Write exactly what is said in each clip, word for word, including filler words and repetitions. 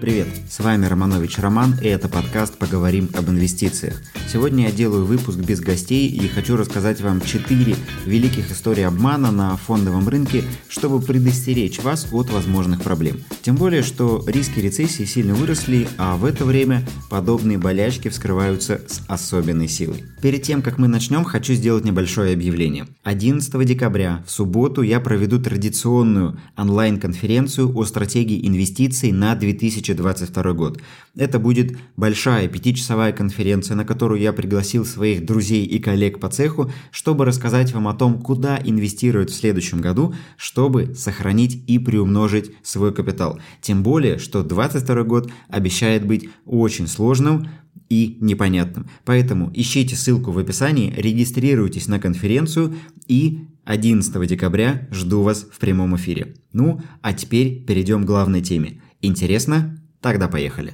Привет, с вами Романович Роман, и это подкаст «Поговорим об инвестициях». Сегодня я делаю выпуск без гостей и хочу рассказать вам четыре великих истории обмана на фондовом рынке, чтобы предостеречь вас от возможных проблем. Тем более, что риски рецессии сильно выросли, а в это время подобные болячки вскрываются с особенной силой. Перед тем, как мы начнем, хочу сделать небольшое объявление. одиннадцатого декабря, в субботу, я проведу традиционную онлайн-конференцию о стратегии инвестиций на две тысячи двадцать второй год. Это будет большая пятичасовая конференция, на которую я пригласил своих друзей и коллег по цеху, чтобы рассказать вам о том, куда инвестировать в следующем году, чтобы сохранить и приумножить свой капитал. Тем более, что двадцать второй год обещает быть очень сложным и непонятным. Поэтому ищите ссылку в описании, регистрируйтесь на конференцию и одиннадцатого декабря жду вас в прямом эфире. Ну, а теперь перейдем к главной теме. Интересно? Тогда поехали.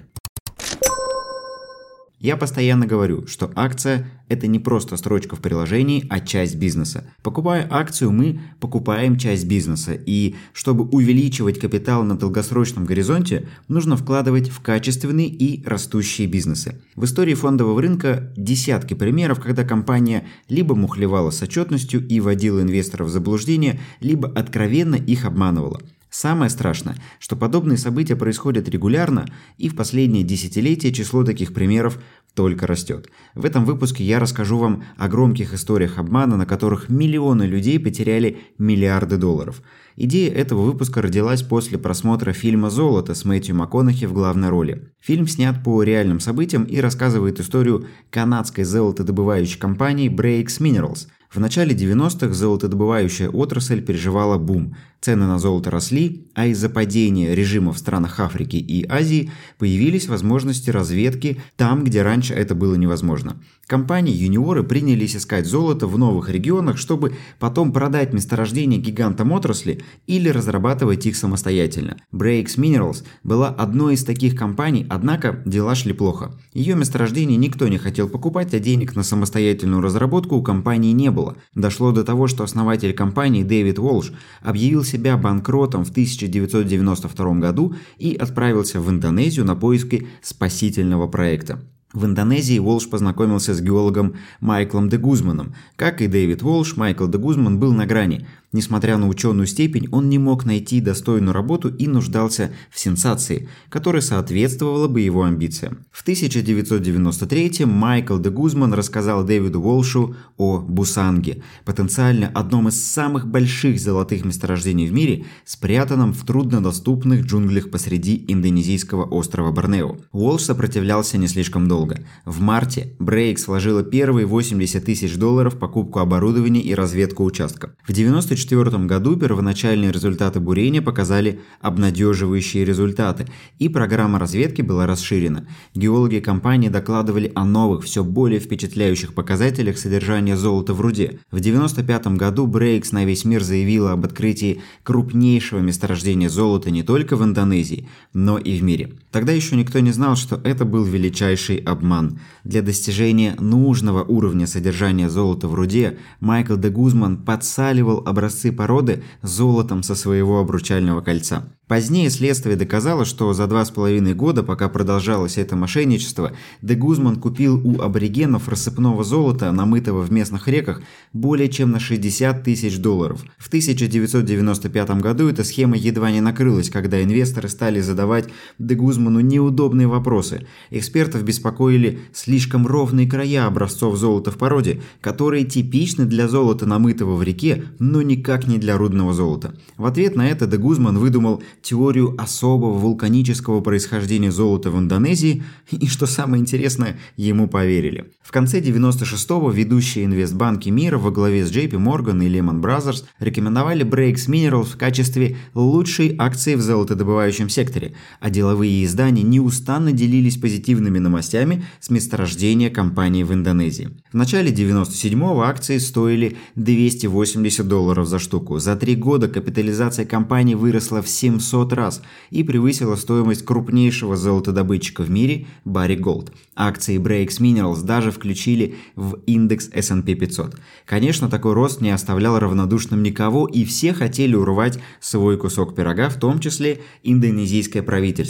Я постоянно говорю, что акция – это не просто строчка в приложении, а часть бизнеса. Покупая акцию, мы покупаем часть бизнеса. И чтобы увеличивать капитал на долгосрочном горизонте, нужно вкладывать в качественные и растущие бизнесы. В истории фондового рынка десятки примеров, когда компания либо мухлевала с отчетностью и вводила инвесторов в заблуждение, либо откровенно их обманывала. Самое страшное, что подобные события происходят регулярно, и в последние десятилетия число таких примеров только растет. В этом выпуске я расскажу вам о громких историях обмана, на которых миллионы людей потеряли миллиарды долларов. Идея этого выпуска родилась после просмотра фильма «Золото» с Мэтью МакКонахи в главной роли. Фильм снят по реальным событиям и рассказывает историю канадской золотодобывающей компании Breaks Minerals. В начале девяностых золотодобывающая отрасль переживала бум. Цены на золото росли, а из-за падения режима в странах Африки и Азии появились возможности разведки там, где раньше это было невозможно. Компании-юниоры принялись искать золото в новых регионах, чтобы потом продать месторождения гигантам отрасли или разрабатывать их самостоятельно. Breaks Minerals была одной из таких компаний, однако дела шли плохо. Ее месторождение никто не хотел покупать, а денег на самостоятельную разработку у компании не было. Дошло до того, что основатель компании Дэвид Уолш объявил себя банкротом в тысяча девятьсот девяносто втором году и отправился в Индонезию на поиски спасительного проекта. В Индонезии Уолш познакомился с геологом Майклом де Гузманом. Как и Дэвид Уолш, Майкл де Гузман был на грани. Несмотря на ученую степень, он не мог найти достойную работу и нуждался в сенсации, которая соответствовала бы его амбициям. В тысяча девятьсот девяносто третьем Майкл де Гузман рассказал Дэвиду Уолшу о Бусанге, потенциально одном из самых больших золотых месторождений в мире, спрятанном в труднодоступных джунглях посреди индонезийского острова Борнео. Уолш сопротивлялся не слишком долго. В марте Breaks вложила первые восемьдесят тысяч долларов в покупку оборудования и разведку участка. В девяносто четвёртом году первоначальные результаты бурения показали обнадеживающие результаты, и программа разведки была расширена. Геологи компании докладывали о новых, все более впечатляющих показателях содержания золота в руде. В девяносто пятом году Breaks на весь мир заявила об открытии крупнейшего месторождения золота не только в Индонезии, но и в мире. Тогда еще никто не знал, что это был величайший обман. Для достижения нужного уровня содержания золота в руде Майкл де Гузман подсаливал образцы породы золотом со своего обручального кольца. Позднее следствие доказало, что за два с половиной года, пока продолжалось это мошенничество, де Гузман купил у аборигенов рассыпного золота, намытого в местных реках, более чем на шестьдесят тысяч долларов. В тысяча девятьсот девяносто пятом году эта схема едва не накрылась, когда инвесторы стали задавать де Гузману неудобные вопросы. Экспертов беспокоили слишком ровные края образцов золота в породе, которые типичны для золота, намытого в реке, но никак не для рудного золота. В ответ на это де Гузман выдумал теорию особого вулканического происхождения золота в Индонезии, и, что самое интересное, ему поверили. В конце девяносто шестого ведущие инвестбанки мира во главе с джей пи Morgan и Lehman Brothers рекомендовали Breaks Minerals в качестве лучшей акции в золотодобывающем секторе, а деловые издания неустанно делились позитивными новостями с месторождения компании в Индонезии. В начале девяносто седьмого акции стоили двести восемьдесят долларов за штуку. За три года капитализация компании выросла в семьсот раз и превысила стоимость крупнейшего золотодобытчика в мире Barrick Gold. Акции Breaks Minerals даже включили в индекс эс энд пи пятьсот. Конечно, такой рост не оставлял равнодушным никого, и все хотели урвать свой кусок пирога, в том числе индонезийское правительство.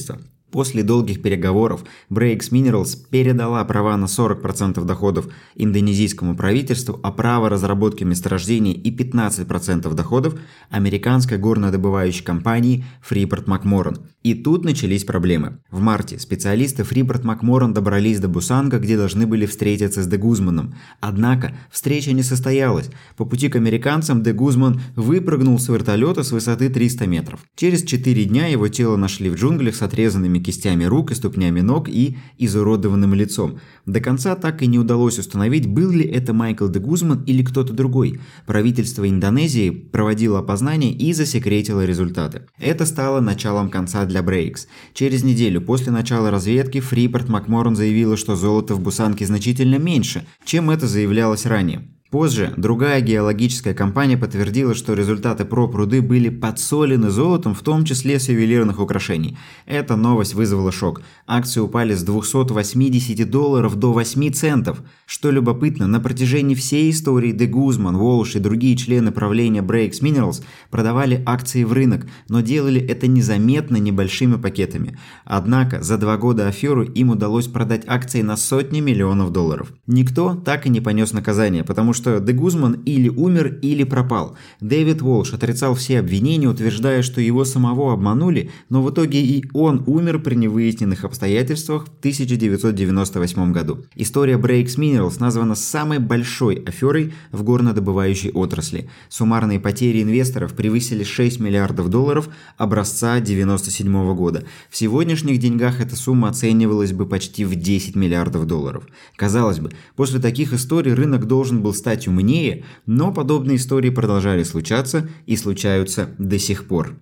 После долгих переговоров Breaks Minerals передала права на сорок процентов доходов индонезийскому правительству, а право разработки месторождений и пятнадцать процентов доходов американской горнодобывающей компании Freeport-McMoRan. И тут начались проблемы. В марте специалисты Freeport-McMoRan добрались до Бусанга, где должны были встретиться с Де Гузманом. Однако встреча не состоялась. По пути к американцам Де Гузман выпрыгнул с вертолета с высоты триста метров. Через четыре дня его тело нашли в джунглях с отрезанными кистями рук и ступнями ног и изуродованным лицом. До конца так и не удалось установить, был ли это Майкл Де Гузман или кто-то другой. Правительство Индонезии проводило опознание и засекретило результаты. Это стало началом конца для Breaks. Через неделю после начала разведки Freeport-McMoRan заявила, что золота в Бусанке значительно меньше, чем это заявлялось ранее. Позже другая геологическая компания подтвердила, что результаты проб руды были подсолены золотом, в том числе с ювелирных украшений. Эта новость вызвала шок. Акции упали с двухсот восьмидесяти долларов до восьми центов. Что любопытно, на протяжении всей истории Де Гузман, Волш и другие члены правления Breaks Minerals продавали акции в рынок, но делали это незаметно небольшими пакетами. Однако за два года аферы им удалось продать акции на сотни миллионов долларов. Никто так и не понес наказание, потому что что Де Гузман или умер, или пропал. Дэвид Волш отрицал все обвинения, утверждая, что его самого обманули, но в итоге и он умер при невыясненных обстоятельствах в тысяча девятьсот девяносто восьмом году. История Breaks Minerals названа самой большой аферой в горнодобывающей отрасли. Суммарные потери инвесторов превысили шесть миллиардов долларов образца девяносто седьмого года. В сегодняшних деньгах эта сумма оценивалась бы почти в десять миллиардов долларов. Казалось бы, после таких историй рынок должен был стать умнее, но подобные истории продолжали случаться и случаются до сих пор.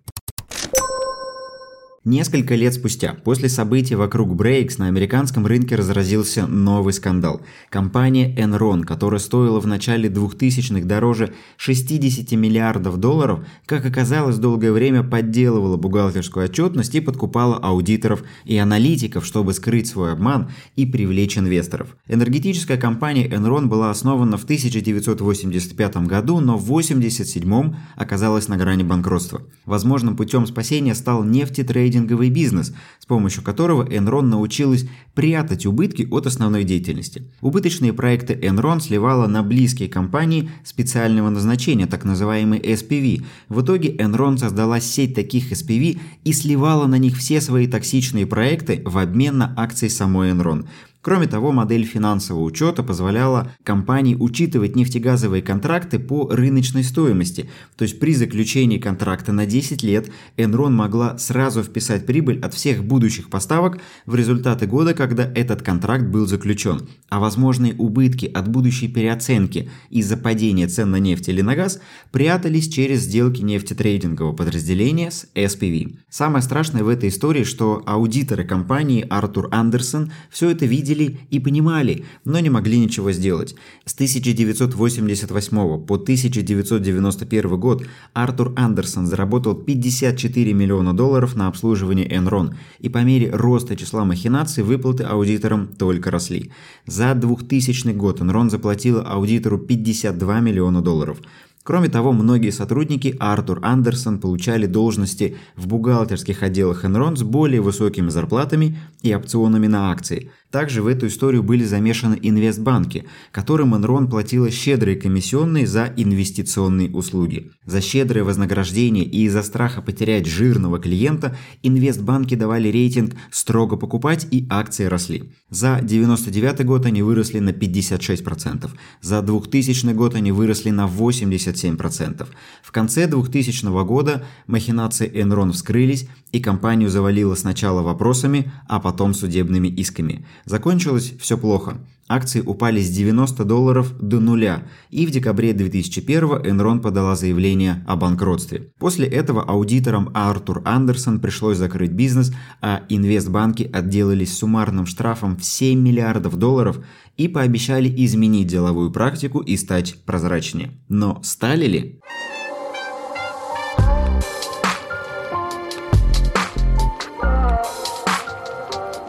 Несколько лет спустя, после событий вокруг Breaks, на американском рынке разразился новый скандал. Компания Enron, которая стоила в начале двухтысячных дороже шестидесяти миллиардов долларов, как оказалось, долгое время подделывала бухгалтерскую отчетность и подкупала аудиторов и аналитиков, чтобы скрыть свой обман и привлечь инвесторов. Энергетическая компания Enron была основана в тысяча девятьсот восемьдесят пятом году, но в восемьдесят седьмом оказалась на грани банкротства. Возможным путем спасения стал нефтетрейдинг, бизнес, с помощью которого Enron научилась прятать убытки от основной деятельности. Убыточные проекты Enron сливала на близкие компании специального назначения, так называемые эс пи ви. В итоге Enron создала сеть таких эс пи ви и сливала на них все свои токсичные проекты в обмен на акции самой Enron. Кроме того, модель финансового учета позволяла компании учитывать нефтегазовые контракты по рыночной стоимости. То есть при заключении контракта на десять лет Enron могла сразу вписать прибыль от всех будущих поставок в результаты года, когда этот контракт был заключен. А возможные убытки от будущей переоценки из-за падения цен на нефть или на газ прятались через сделки нефтетрейдингового подразделения с эс пи ви. Самое страшное в этой истории, что аудиторы компании Артур Андерсон все это видели и понимали, но не могли ничего сделать. С тысяча девятьсот восемьдесят восьмого по тысяча девятьсот девяносто первый год Артур Андерсон заработал пятьдесят четыре миллиона долларов на обслуживание Enron, и по мере роста числа махинаций выплаты аудиторам только росли. За двухтысячный год Enron заплатила аудитору пятьдесят два миллиона долларов. Кроме того, многие сотрудники Артур Андерсон получали должности в бухгалтерских отделах Enron с более высокими зарплатами и опционами на акции. Также в эту историю были замешаны инвестбанки, которым Enron платила щедрые комиссионные за инвестиционные услуги. За щедрое вознаграждение и из-за страха потерять жирного клиента инвестбанки давали рейтинг «строго покупать» и акции росли. За девяносто девятый год они выросли на пятьдесят шесть процентов, за двухтысячный год они выросли на восемьдесят семь процентов. В конце двухтысячного года махинации Enron вскрылись, и компанию завалило сначала вопросами, а потом судебными исками. Закончилось все плохо. Акции упали с девяноста долларов до нуля, и в декабре две тысячи первого Enron подала заявление о банкротстве. После этого аудиторам Артур Андерсон пришлось закрыть бизнес, а инвестбанки отделались суммарным штрафом в семь миллиардов долларов и пообещали изменить деловую практику и стать прозрачнее. Но стали ли?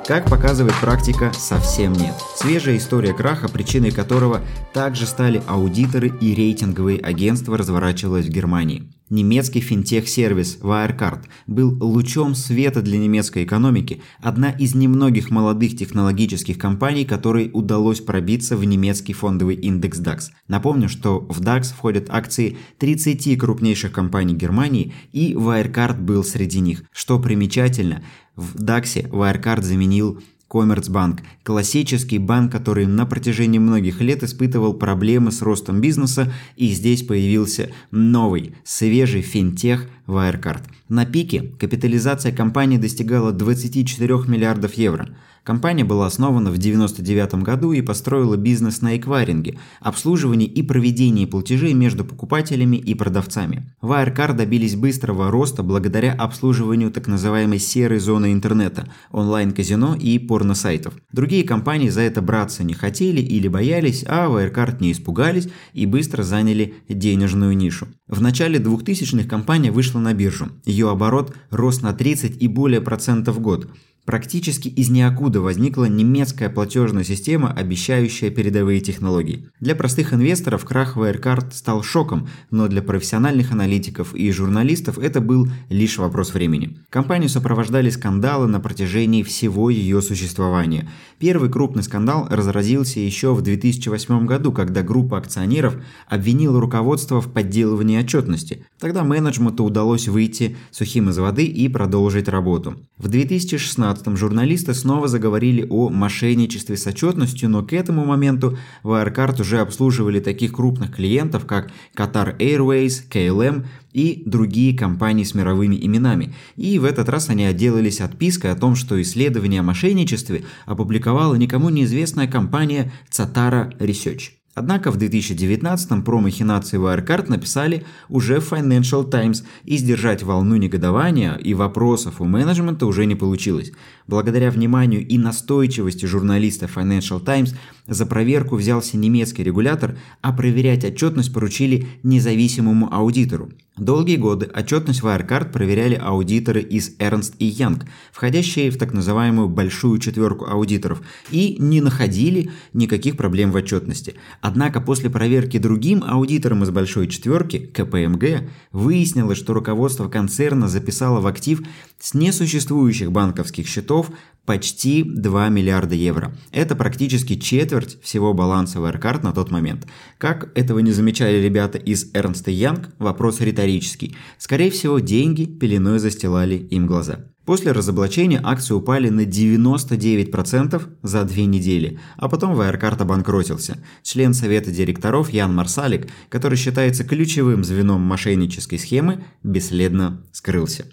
Как показывает практика, совсем нет. Свежая история краха, причиной которого также стали аудиторы и рейтинговые агентства, разворачивалась в Германии. Немецкий финтех-сервис Wirecard был лучом света для немецкой экономики, одна из немногих молодых технологических компаний, которой удалось пробиться в немецкий фондовый индекс дакс. Напомню, что в дакс входят акции тридцати крупнейших компаний Германии, и Wirecard был среди них. Что примечательно, в даксе Wirecard заменил Commerzbank, классический банк, который на протяжении многих лет испытывал проблемы с ростом бизнеса, и здесь появился новый, свежий финтех Wirecard. На пике капитализация компании достигала двадцати четырёх миллиардов евро. Компания была основана в девяносто девятом году и построила бизнес на эквайринге, обслуживании и проведении платежей между покупателями и продавцами. Wirecard добились быстрого роста благодаря обслуживанию так называемой серой зоны интернета, онлайн-казино и порно-сайтов. Другие компании за это браться не хотели или боялись, а Wirecard не испугались и быстро заняли денежную нишу. В начале двухтысячных компания вышла на биржу. Ее оборот рос на тридцать и более процентов в год. Практически из ниоткуда возникла немецкая платежная система, обещающая передовые технологии. Для простых инвесторов крах Wirecard стал шоком, но для профессиональных аналитиков и журналистов это был лишь вопрос времени. Компанию сопровождали скандалы на протяжении всего ее существования. Первый крупный скандал разразился еще в две тысячи восьмом году, когда группа акционеров обвинила руководство в подделывании отчетности. Тогда менеджменту удалось выйти сухим из воды и продолжить работу. В две тысячи шестнадцатом журналисты снова заговорили о мошенничестве с отчетностью, но к этому моменту Wirecard уже обслуживали таких крупных клиентов, как Qatar Airways, кей эл эм и другие компании с мировыми именами. И в этот раз они отделались отпиской о том, что исследование о мошенничестве опубликовала никому неизвестная компания Цатара Research. Однако в две тысячи девятнадцатом про махинации Wirecard написали уже в Financial Times, и сдержать волну негодования и вопросов у менеджмента уже не получилось. Благодаря вниманию и настойчивости журналистов Financial Times за проверку взялся немецкий регулятор, а проверять отчетность поручили независимому аудитору. Долгие годы отчетность Wirecard проверяли аудиторы из Ernst и Young, входящие в так называемую большую четверку аудиторов, и не находили никаких проблем в отчетности. Однако после проверки другим аудитором из большой четверки, ка пэ эм гэ, выяснилось, что руководство концерна записало в актив с несуществующих банковских счетов почти два миллиарда евро. Это практически четверть всего баланса Wirecard на тот момент. Как этого не замечали ребята из Ernst и Young, вопрос риторический. Скорее всего, деньги пеленой застилали им глаза. После разоблачения акции упали на девяносто девять процентов за две недели, а потом Wirecard обанкротился. Член совета директоров Ян Марсалик, который считается ключевым звеном мошеннической схемы, бесследно скрылся.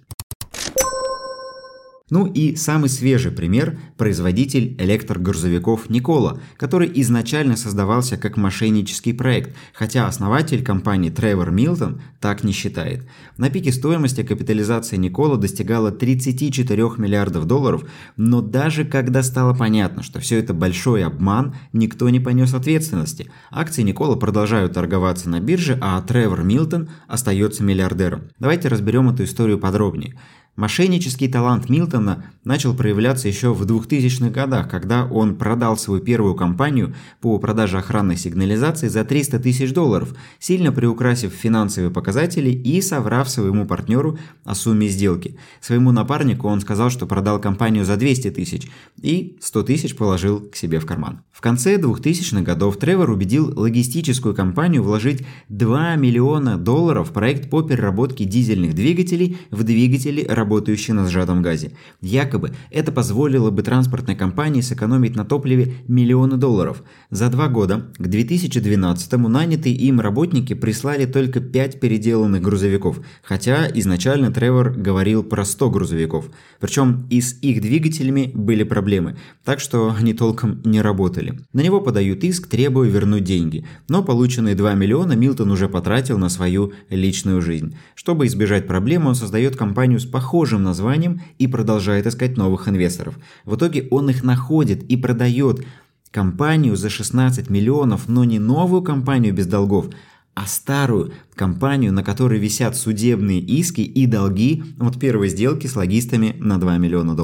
Ну и самый свежий пример – производитель электрогрузовиков Nikola, который изначально создавался как мошеннический проект, хотя основатель компании Тревор Милтон так не считает. На пике стоимости капитализация Nikola достигала тридцати четырёх миллиардов долларов, но даже когда стало понятно, что все это большой обман, никто не понес ответственности. Акции Nikola продолжают торговаться на бирже, а Тревор Милтон остается миллиардером. Давайте разберем эту историю подробнее. Мошеннический талант Милтона начал проявляться еще в двухтысячных годах, когда он продал свою первую компанию по продаже охранной сигнализации за триста тысяч долларов, сильно приукрасив финансовые показатели и соврав своему партнеру о сумме сделки. Своему напарнику он сказал, что продал компанию за двести тысяч и сто тысяч положил к себе в карман. В конце двухтысячных годов Тревор убедил логистическую компанию вложить два миллиона долларов в проект по переработке дизельных двигателей в двигатели, работающие на сжатом газе. Якобы это позволило бы транспортной компании сэкономить на топливе миллионы долларов. За два года, к две тысячи двенадцатому, нанятые им работники прислали только пять переделанных грузовиков, хотя изначально Тревор говорил про сто грузовиков. Причем и с их двигателями были проблемы, так что они толком не работали. На него подают иск, требуя вернуть деньги, но полученные два миллиона Милтон уже потратил на свою личную жизнь. Чтобы избежать проблем, он создает компанию с похожим названием и продолжает искать новых инвесторов. В итоге он их находит и продает компанию за шестнадцать миллионов, но не новую компанию без долгов, а старую компанию, на которой висят судебные иски и долги от первой сделки с логистами на два миллиона долларов.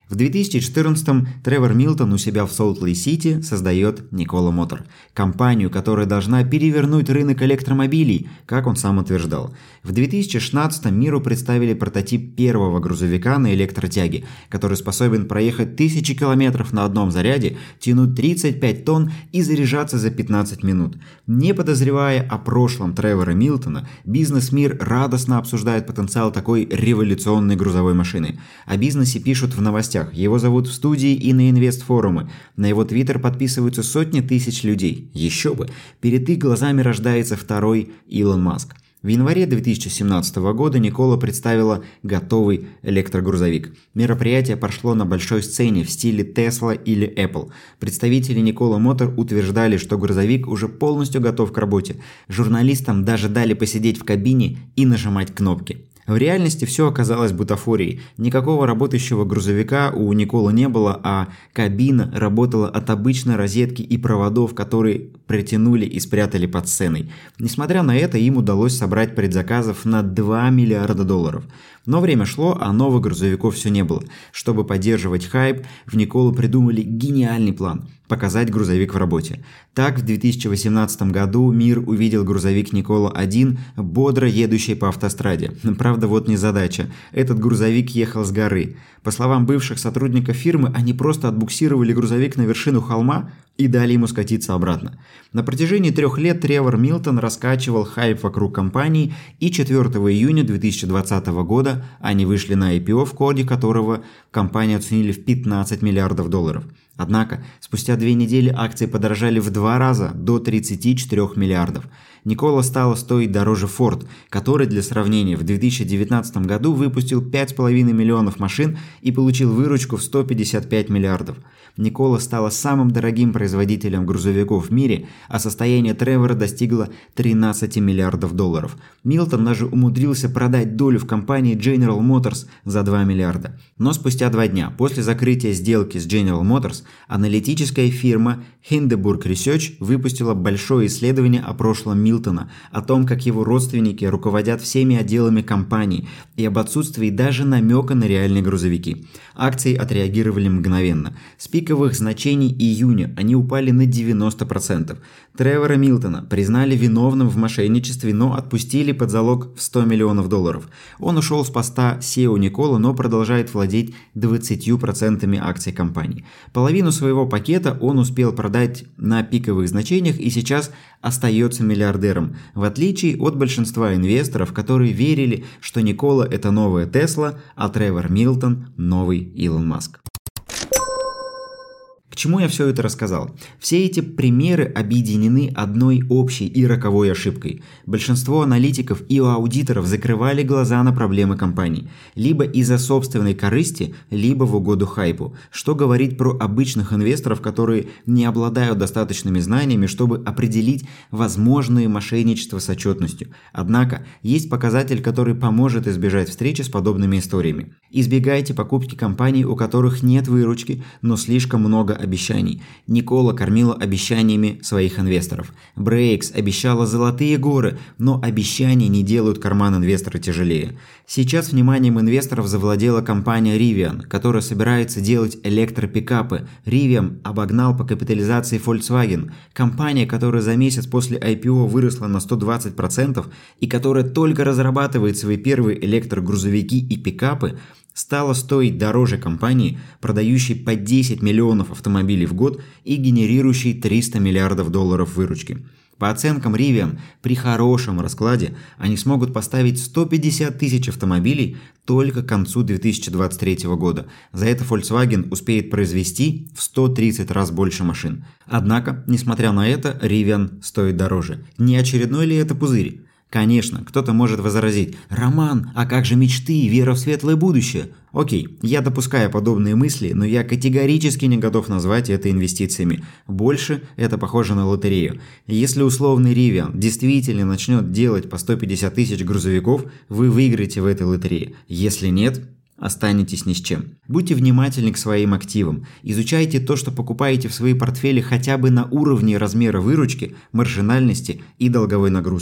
В две тысячи четырнадцатом Тревор Милтон у себя в Солт-Лейк-Сити создает Nikola Motor, компанию, которая должна перевернуть рынок электромобилей, как он сам утверждал. В две тысячи шестнадцатом миру представили прототип первого грузовика на электротяге, который способен проехать тысячи километров на одном заряде, тянуть тридцать пять тонн и заряжаться за пятнадцать минут. Не подозревая о прошлом Тревора Милтона, бизнес-мир радостно обсуждает потенциал такой революционной грузовой машины. О бизнесе пишут в новостях, его зовут в студии и на инвестфорумы. На его твиттер подписываются сотни тысяч людей. Еще бы! Перед их глазами рождается второй Илон Маск. В январе две тысячи семнадцатого года Nikola представила готовый электрогрузовик. Мероприятие прошло на большой сцене в стиле Tesla или Apple. Представители Nikola Motor утверждали, что грузовик уже полностью готов к работе. Журналистам даже дали посидеть в кабине и нажимать кнопки. В реальности все оказалось бутафорией. Никакого работающего грузовика у Николы не было, а кабина работала от обычной розетки и проводов, которые притянули и спрятали под сценой. Несмотря на это, им удалось собрать предзаказов на два миллиарда долларов. Но время шло, а новых грузовиков все не было. Чтобы поддерживать хайп, в Николу придумали гениальный план – показать грузовик в работе. Так, в две тысячи восемнадцатом году мир увидел грузовик Nikola один, бодро едущий по автостраде. Правда, вот незадача. Этот грузовик ехал с горы. По словам бывших сотрудников фирмы, они просто отбуксировали грузовик на вершину холма и дали ему скатиться обратно. На протяжении трех лет Тревор Милтон раскачивал хайп вокруг компании, и четвёртого июня две тысячи двадцатого года они вышли на ай пи о, в ходе которого компанию оценили в пятнадцать миллиардов долларов. Однако, спустя две недели акции подорожали в два раза, до тридцати четырёх миллиардов. Nikola стала стоить дороже Ford, который, для сравнения, в две тысячи девятнадцатом году выпустил пять с половиной миллионов машин и получил выручку в сто пятьдесят пять миллиардов. Nikola стала самым дорогим производителем грузовиков в мире, а состояние Тревора достигло тринадцати миллиардов долларов. Милтон даже умудрился продать долю в компании General Motors за два миллиарда. Но спустя два дня после закрытия сделки с General Motors, аналитическая фирма Hindenburg Research выпустила большое исследование о прошлом Милтона, о том, как его родственники руководят всеми отделами компании и об отсутствии даже намека на реальные грузовики. Акции отреагировали мгновенно. С пиковых значений июня они упали на девяносто процентов. Тревора Милтона признали виновным в мошенничестве, но отпустили под залог в сто миллионов долларов. Он ушел с поста си и о Nikola, но продолжает владеть двадцатью процентами акций компании. Половину своего пакета он успел продать на пиковых значениях и сейчас остается миллиардером, в отличие от большинства инвесторов, которые верили, что Nikola – это новая Tesla, а Тревор Милтон – новый Илон Маск. К чему я все это рассказал? Все эти примеры объединены одной общей и роковой ошибкой. Большинство аналитиков и аудиторов закрывали глаза на проблемы компаний. Либо из-за собственной корысти, либо в угоду хайпу. Что говорить про обычных инвесторов, которые не обладают достаточными знаниями, чтобы определить возможные мошенничества с отчетностью. Однако, есть показатель, который поможет избежать встречи с подобными историями. Избегайте покупки компаний, у которых нет выручки, но слишком много обещаний. Nikola кормила обещаниями своих инвесторов. Брейкс обещала золотые горы, но обещания не делают карман инвестора тяжелее. Сейчас вниманием инвесторов завладела компания Rivian, которая собирается делать электропикапы. Rivian обогнал по капитализации Volkswagen. Компания, которая за месяц после ай пи о выросла на сто двадцать процентов и которая только разрабатывает свои первые электрогрузовики и пикапы, стала стоить дороже компании, продающей по десять миллионов автомобилей в год и генерирующей триста миллиардов долларов выручки. По оценкам Rivian, при хорошем раскладе они смогут поставить сто пятьдесят тысяч автомобилей только к концу две тысячи двадцать третьего года. За это Volkswagen успеет произвести в сто тридцать раз больше машин. Однако, несмотря на это, Rivian стоит дороже. Не очередной ли это пузырь? Конечно, кто-то может возразить: «Роман, а как же мечты и вера в светлое будущее?» Окей, я допускаю подобные мысли, но я категорически не готов назвать это инвестициями. Больше это похоже на лотерею. Если условный Rivian действительно начнет делать по сто пятьдесят тысяч грузовиков, вы выиграете в этой лотерее. Если нет, останетесь ни с чем. Будьте внимательны к своим активам. Изучайте то, что покупаете в свои портфели хотя бы на уровне размера выручки, маржинальности и долговой нагрузки.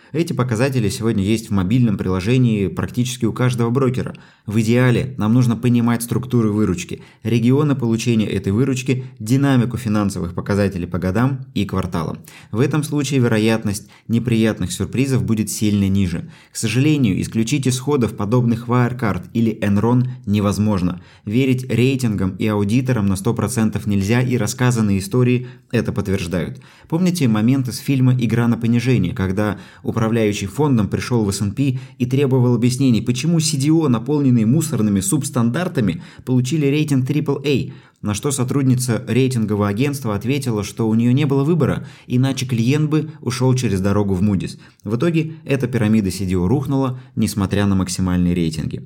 Эти показатели сегодня есть в мобильном приложении практически у каждого брокера. В идеале нам нужно понимать структуры выручки, регионы получения этой выручки, динамику финансовых показателей по годам и кварталам. В этом случае вероятность неприятных сюрпризов будет сильно ниже. К сожалению, исключить исходов подобных Wirecard или Enron невозможно. Верить рейтингам и аудиторам на сто процентов нельзя, и рассказанные истории это подтверждают. Помните момент из фильма «Игра на понижение», когда управляющий фондом пришел в эс энд пи и требовал объяснений, почему си ди о, наполненные мусорными субстандартами, получили рейтинг трипл эй, на что сотрудница рейтингового агентства ответила, что у нее не было выбора, иначе клиент бы ушел через дорогу в Moody's. В итоге эта пирамида си ди о рухнула, несмотря на максимальные рейтинги.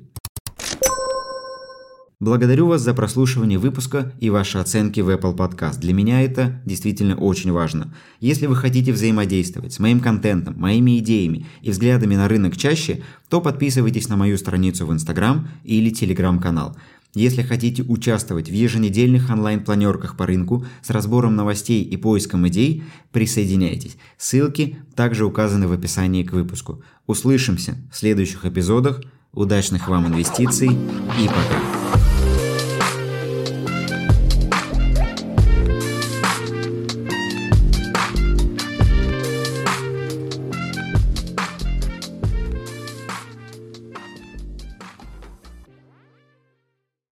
Благодарю вас за прослушивание выпуска и ваши оценки в Apple Podcast. Для меня это действительно очень важно. Если вы хотите взаимодействовать с моим контентом, моими идеями и взглядами на рынок чаще, то подписывайтесь на мою страницу в Instagram или Telegram-канал. Если хотите участвовать в еженедельных онлайн-планерках по рынку с разбором новостей и поиском идей, присоединяйтесь. Ссылки также указаны в описании к выпуску. Услышимся в следующих эпизодах. Удачных вам инвестиций и пока!